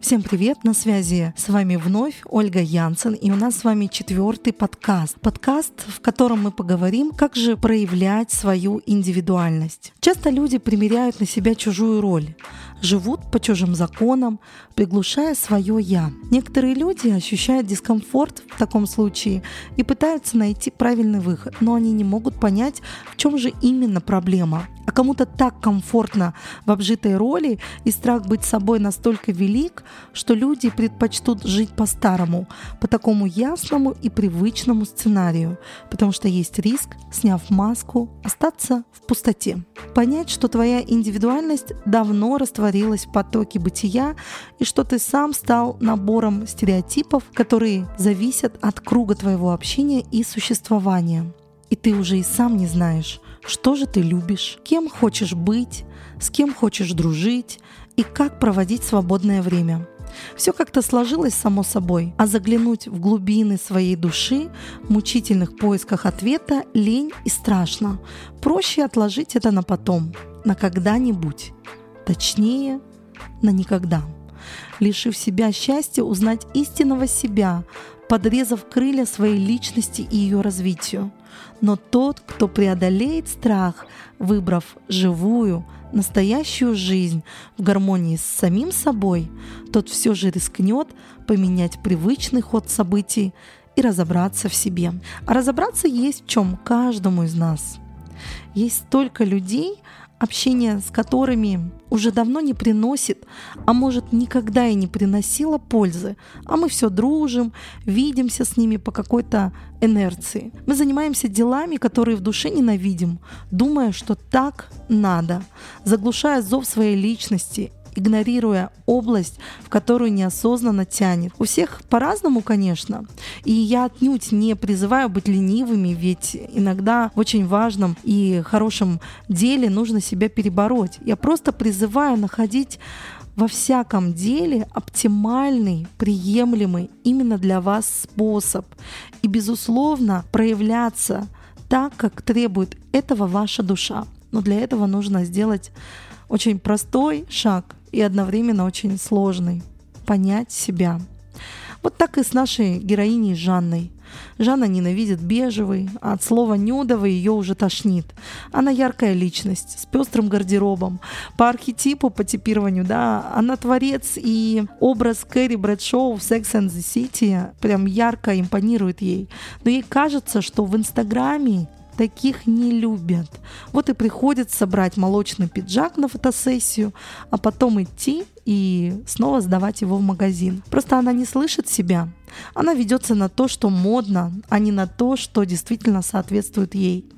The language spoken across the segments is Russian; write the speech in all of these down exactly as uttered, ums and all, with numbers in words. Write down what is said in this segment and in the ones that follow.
Всем привет, на связи с вами вновь Ольга Янцен, и у нас с вами четвертый подкаст. Подкаст, в котором мы поговорим, как же проявлять свою индивидуальность. Часто люди примеряют на себя чужую роль, живут по чужим законам, приглушая свое «я». Некоторые люди ощущают дискомфорт в таком случае и пытаются найти правильный выход, но они не могут понять, в чем же именно проблема. А кому-то так комфортно в обжитой роли, и страх быть собой настолько велик, что люди предпочтут жить по-старому, по такому ясному и привычному сценарию, потому что есть риск, сняв маску, остаться в пустоте. Понять, что твоя индивидуальность давно растворилась в потоке бытия, и что ты сам стал набором стереотипов, которые зависят от круга твоего общения и существования. И ты уже и сам не знаешь, что же ты любишь, кем хочешь быть, с кем хочешь дружить и как проводить свободное время. Все как-то сложилось само собой, а заглянуть в глубины своей души в мучительных поисках ответа лень и страшно. Проще отложить это на потом, на когда-нибудь, точнее, на никогда. Лишив себя счастья узнать истинного себя, подрезав крылья своей личности и ее развитию. Но тот, кто преодолеет страх, выбрав живую, настоящую жизнь в гармонии с самим собой, тот все же рискнет поменять привычный ход событий и разобраться в себе. А разобраться есть в чем каждому из нас. Есть столько людей, общение с которыми уже давно не приносит, а может никогда и не приносило пользы, а мы все дружим, видимся с ними по какой-то инерции. Мы занимаемся делами, которые в душе ненавидим, думая, что так надо, заглушая зов своей личности, игнорируя область, в которую неосознанно тянет. У всех по-разному, конечно. И я отнюдь не призываю быть ленивыми, ведь иногда в очень важном и хорошем деле нужно себя перебороть. Я просто призываю находить во всяком деле оптимальный, приемлемый именно для вас способ. И, безусловно, проявляться так, как требует этого ваша душа. Но для этого нужно сделать очень простой шаг и одновременно очень сложный — понять себя. Вот так и с нашей героиней Жанной. Жанна ненавидит бежевый, а от слова «нюдовый» ее уже тошнит. Она яркая личность, с пестрым гардеробом. По архетипу, по типированию, да, она творец, и образ Кэрри Брэдшоу в Sex and the City прям ярко импонирует ей. Но ей кажется, что в Инстаграме таких не любят. Вот и приходится брать молочный пиджак на фотосессию, а потом идти и снова сдавать его в магазин. Просто она не слышит себя. Она ведется на то, что модно, а не на то, что действительно соответствует ей.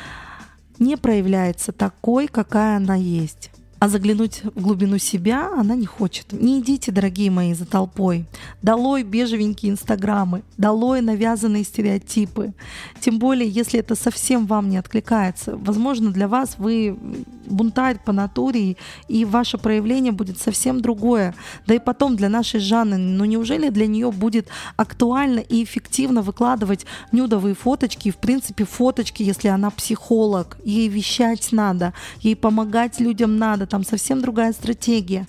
Не проявляется такой, какая она есть. А заглянуть в глубину себя она не хочет. Не идите, дорогие мои, за толпой. Долой бежевенькие инстаграмы, долой навязанные стереотипы. Тем более, если это совсем вам не откликается. Возможно, для вас вы бунтарь по натуре, и ваше проявление будет совсем другое. Да и потом для нашей Жанны, ну неужели для нее будет актуально и эффективно выкладывать нюдовые фоточки, и в принципе фоточки, если она психолог, ей вещать надо, ей помогать людям надо, там совсем другая стратегия.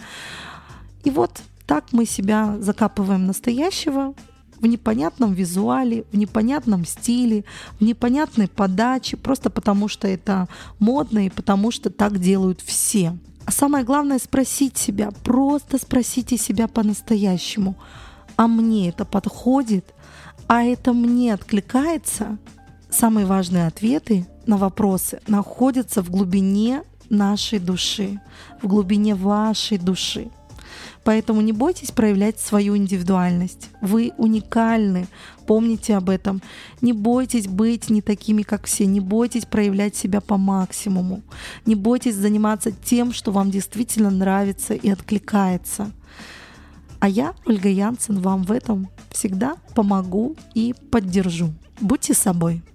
И вот так мы себя закапываем настоящего в непонятном визуале, в непонятном стиле, в непонятной подаче, просто потому что это модно и потому что так делают все. А самое главное — спросить себя, просто спросите себя по-настоящему: а мне это подходит? А это мне откликается? Самые важные ответы на вопросы находятся в глубине нашей души, в глубине вашей души. Поэтому не бойтесь проявлять свою индивидуальность. Вы уникальны, помните об этом. Не бойтесь быть не такими, как все. Не бойтесь проявлять себя по максимуму. Не бойтесь заниматься тем, что вам действительно нравится и откликается. А я, Ольга Янцен, вам в этом всегда помогу и поддержу. Будьте собой.